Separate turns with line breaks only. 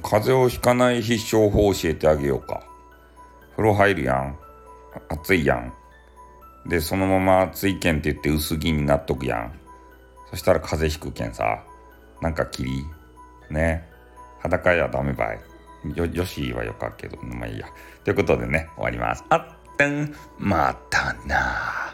風邪をひかない必勝法を教えてあげようか。風呂入るやん。暑いやん。で、そのまま暑いけんって言って薄着になっとくやん。そしたら風邪ひくけんさ。なんか霧ね。裸やダメばい。よしはよかけど、まあいいや。ということでね、終わります。あったん、またな。